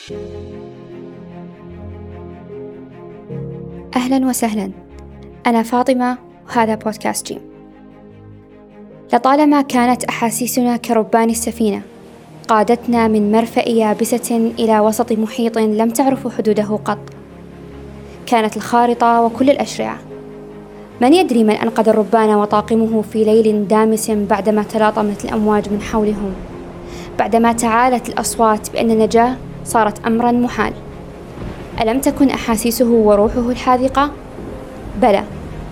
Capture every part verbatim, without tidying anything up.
أهلا وسهلا، أنا فاطمة وهذا بودكاست جيم. لطالما كانت أحاسيسنا كربان السفينة قادتنا من مرفأ يابسة إلى وسط محيط لم تعرف حدوده قط. كانت الخارطة وكل الأشرعة. من يدري من أنقذ الربان وطاقمه في ليل دامس بعدما تلاطمت الأمواج من حولهم، بعدما تعالت الأصوات بأن النجاة صارت أمرا محال. ألم تكن أحاسيسه وروحه الحاذقة؟ بلى.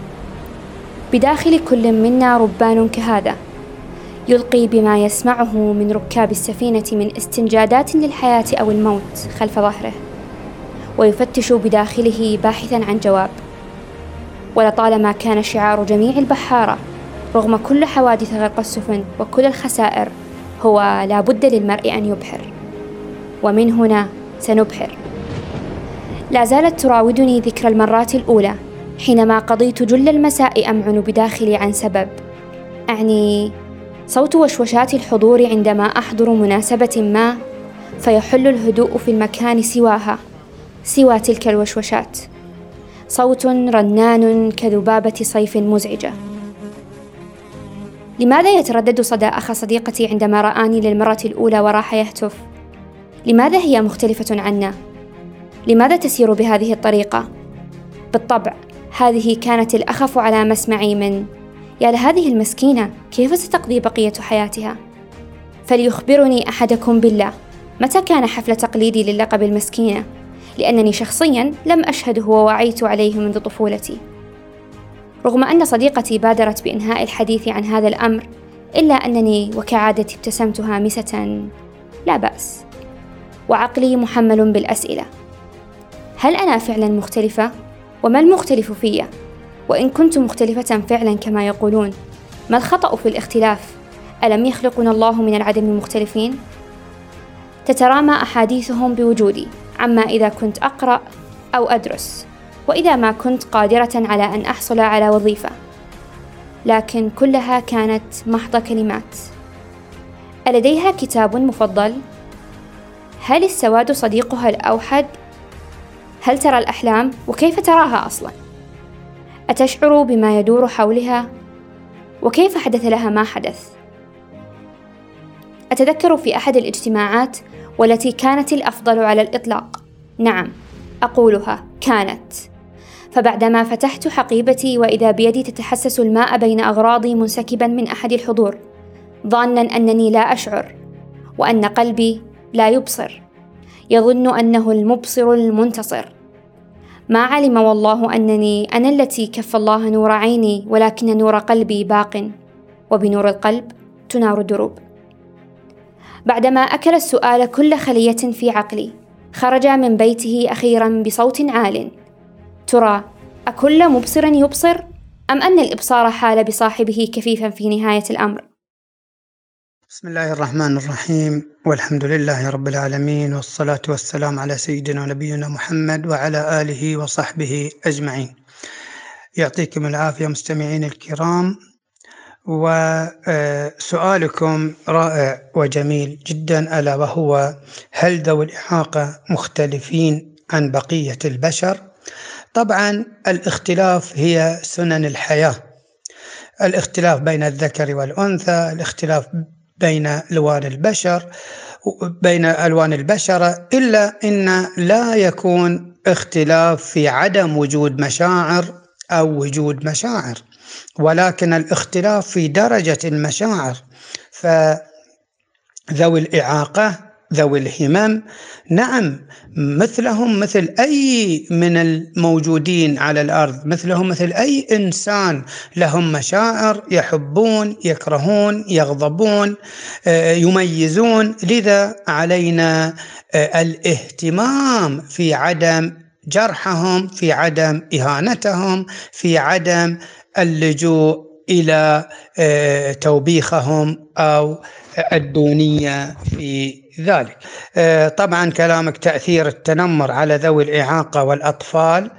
بداخل كل منا ربان كهذا، يلقي بما يسمعه من ركاب السفينة من استنجادات للحياة أو الموت خلف ظهره، ويفتش بداخله باحثا عن جواب. ولطالما كان شعار جميع البحارة رغم كل حوادث غرق السفن وكل الخسائر هو لا بد للمرء أن يبحر، ومن هنا سنبحر. لا زالت تراودني ذكرى المرات الأولى حينما قضيت جل المساء أمعن بداخلي عن سبب، أعني صوت وشوشات الحضور عندما أحضر مناسبة ما، فيحل الهدوء في المكان سواها، سوى تلك الوشوشات. صوت رنان كذبابة صيف مزعجة. لماذا يتردد صدى أخ صديقتي عندما رآني للمرة الأولى وراح يهتف؟ لماذا هي مختلفة عنا؟ لماذا تسير بهذه الطريقة؟ بالطبع هذه كانت الأخف على مسمعي من يا لهذه المسكينة، كيف ستقضي بقية حياتها؟ فليخبرني أحدكم بالله متى كان حفل تقليدي للقب المسكينة، لأنني شخصيا لم أشهده ووعيت عليه منذ طفولتي. رغم أن صديقتي بادرت بإنهاء الحديث عن هذا الأمر، إلا أنني وكعادتي ابتسمت هامسة لا بأس، وعقلي محمل بالأسئلة. هل أنا فعلا مختلفة؟ وما المختلف فيّ؟ وإن كنت مختلفة فعلا كما يقولون، ما الخطأ في الاختلاف؟ ألم يخلقنا الله من العدم مختلفين؟ تترامى أحاديثهم بوجودي عما إذا كنت أقرأ أو أدرس، وإذا ما كنت قادرة على أن أحصل على وظيفة، لكن كلها كانت محض كلمات. ألديها كتاب مفضل؟ هل السواد صديقها الأوحد؟ هل ترى الأحلام؟ وكيف تراها أصلا؟ أتشعر بما يدور حولها؟ وكيف حدث لها ما حدث؟ أتذكر في أحد الاجتماعات والتي كانت الأفضل على الإطلاق، نعم أقولها كانت، فبعدما فتحت حقيبتي وإذا بيدي تتحسس الماء بين أغراضي منسكبا من أحد الحضور، ظانا أنني لا أشعر، وأن قلبي لا يبصر، يظن أنه المبصر المنتصر. ما علم والله أنني أنا التي كف الله نور عيني، ولكن نور قلبي باق، وبنور القلب تنار الدروب. بعدما أكل السؤال كل خلية في عقلي، خرج من بيته أخيرا بصوت عال: ترى أكل مبصر يبصر، أم أن الإبصار حال بصاحبه كفيفا في نهاية الأمر؟ بسم الله الرحمن الرحيم، والحمد لله رب العالمين، والصلاة والسلام على سيدنا ونبينا محمد وعلى آله وصحبه أجمعين. يعطيكم العافية مستمعين الكرام، وسؤالكم رائع وجميل جدا، ألا وهو: هل ذوي الإعاقة مختلفين عن بقية البشر؟ طبعا الاختلاف هي سنن الحياة، الاختلاف بين الذكر والأنثى، الاختلاف بين ألوان البشر بين ألوان البشرة، إلا أن لا يكون اختلاف في عدم وجود مشاعر أو وجود مشاعر، ولكن الاختلاف في درجة المشاعر. فذوي الإعاقة ذوي الهمم نعم مثلهم مثل أي من الموجودين على الأرض، مثلهم مثل أي إنسان، لهم مشاعر، يحبون، يكرهون، يغضبون، يميزون. لذا علينا الاهتمام في عدم جرحهم، في عدم إهانتهم، في عدم اللجوء إلى توبيخهم أو الدونية في ذلك. طبعا كلامك تأثير التنمر على ذوي الإعاقة والأطفال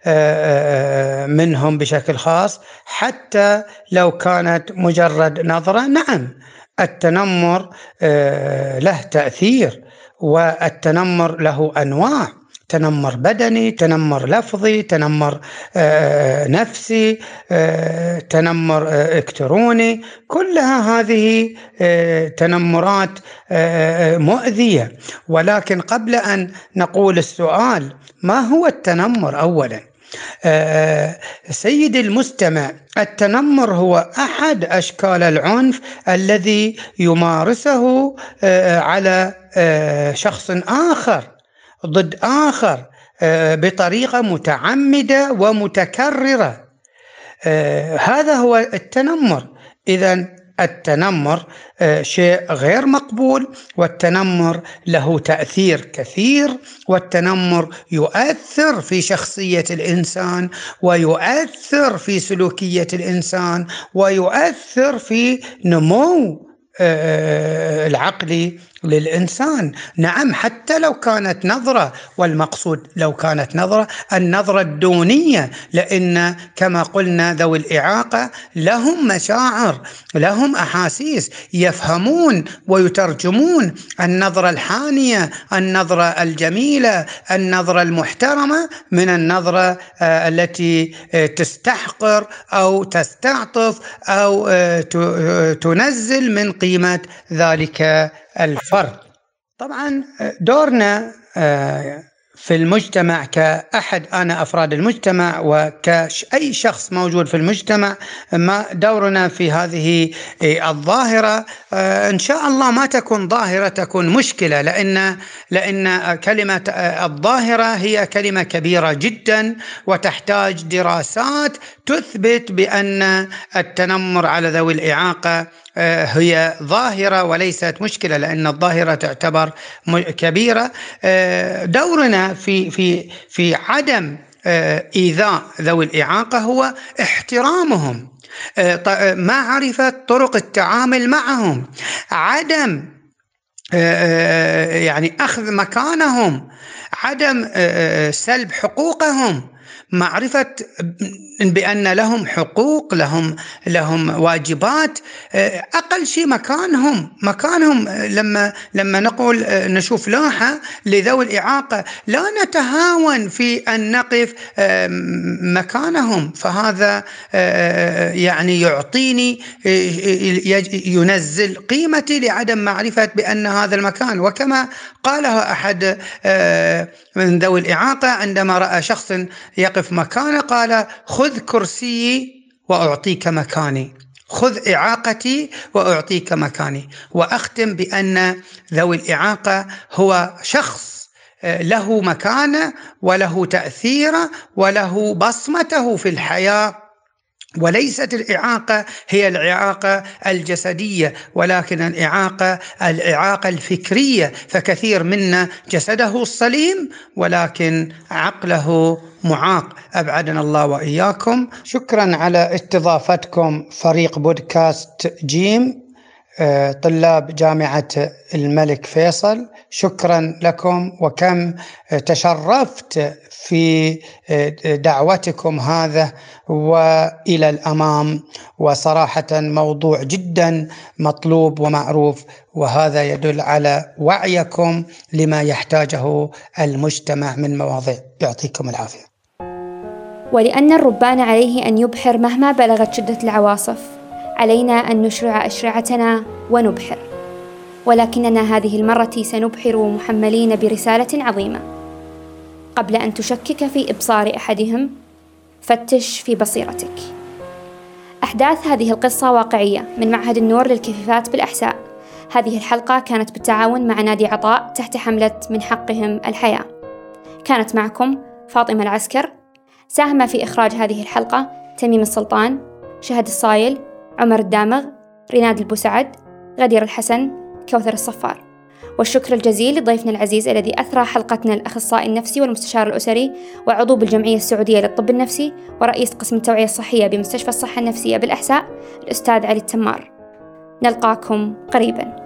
منهم بشكل خاص، حتى لو كانت مجرد نظرة، نعم التنمر له تأثير، والتنمر له أنواع: تنمر بدني، تنمر لفظي، تنمر آه نفسي، آه تنمر آه إلكتروني. كلها هذه آه تنمرات آه مؤذية. ولكن قبل أن نقول السؤال ما هو التنمر أولا، آه سيد المستمع، التنمر هو أحد أشكال العنف الذي يمارسه آه على آه شخص آخر ضد آخر بطريقة متعمدة ومتكررة. هذا هو التنمر. إذن التنمر شيء غير مقبول، والتنمر له تأثير كثير، والتنمر يؤثر في شخصية الإنسان، ويؤثر في سلوكية الإنسان، ويؤثر في نمو العقلي للإنسان. نعم، حتى لو كانت نظرة، والمقصود لو كانت نظرة النظرة الدونية، لأن كما قلنا ذوي الإعاقة لهم مشاعر، لهم أحاسيس، يفهمون ويترجمون النظرة الحانية، النظرة الجميلة، النظرة المحترمة من النظرة التي تستحقر أو تستعطف أو تنزل من قيمة ذلك الفرد. طبعا دورنا في المجتمع كأحد أنا أفراد المجتمع وكأي شخص موجود في المجتمع، ما دورنا في هذه الظاهرة؟ إن شاء الله ما تكون ظاهرة، تكون مشكلة، لأن لأن كلمة الظاهرة هي كلمة كبيرة جدا وتحتاج دراسات تثبت بأن التنمر على ذوي الإعاقة هي ظاهرة وليست مشكلة، لأن الظاهرة تعتبر كبيرة. دورنا في في في عدم إيذاء ذوي الإعاقة هو احترامهم، معرفة طرق التعامل معهم، عدم يعني أخذ مكانهم، عدم سلب حقوقهم، معرفة بأن لهم حقوق، لهم لهم واجبات، أقل شيء مكانهم مكانهم لما لما نقول نشوف لوحة لذوي الإعاقة لا نتهاون في أن نقف مكانهم، فهذا يعني يعطيني ينزل قيمتي لعدم معرفة بأن هذا المكان. وكما قاله أحد من ذوي الإعاقة عندما رأى شخص يقف مكانه قال: خذ كرسيي وأعطيك مكاني، خذ إعاقتي وأعطيك مكاني. وأختم بأن ذوي الإعاقة هو شخص له مكانة وله تأثير وله بصمته في الحياة، وليست الإعاقة هي الإعاقة الجسدية، ولكن الإعاقة الإعاقة الفكرية. فكثير منا جسده السليم ولكن عقله معاق، أبعدنا الله وإياكم. شكرا على استضافتكم فريق بودكاست جيم طلاب جامعة الملك فيصل، شكرا لكم، وكم تشرفت في دعوتكم هذا وإلى الأمام. وصراحة موضوع جدا مطلوب ومعروف، وهذا يدل على وعيكم لما يحتاجه المجتمع من مواضيع. يعطيكم العافية. ولأن الربان عليه أن يبحر مهما بلغت شدة العواصف، علينا أن نشرع أشرعتنا ونبحر، ولكننا هذه المرة سنبحر محملين برسالة عظيمة. قبل أن تشكك في إبصار أحدهم فتش في بصيرتك. أحداث هذه القصة واقعية من معهد النور للكفيفات بالأحساء. هذه الحلقة كانت بالتعاون مع نادي عطاء تحت حملة من حقهم الحياة. كانت معكم فاطمة العسكر. ساهم في إخراج هذه الحلقة تميم السلطان، شهد الصايل، عمر الدامغ، ريناد البوسعد، غدير الحسن، كوثر الصفار. والشكر الجزيل لضيفنا العزيز الذي أثرى حلقتنا، الأخصائي النفسي والمستشار الأسري وعضو بالجمعية السعودية للطب النفسي ورئيس قسم التوعية الصحية بمستشفى الصحة النفسية بالأحساء، الأستاذ علي التمار. نلقاكم قريباً.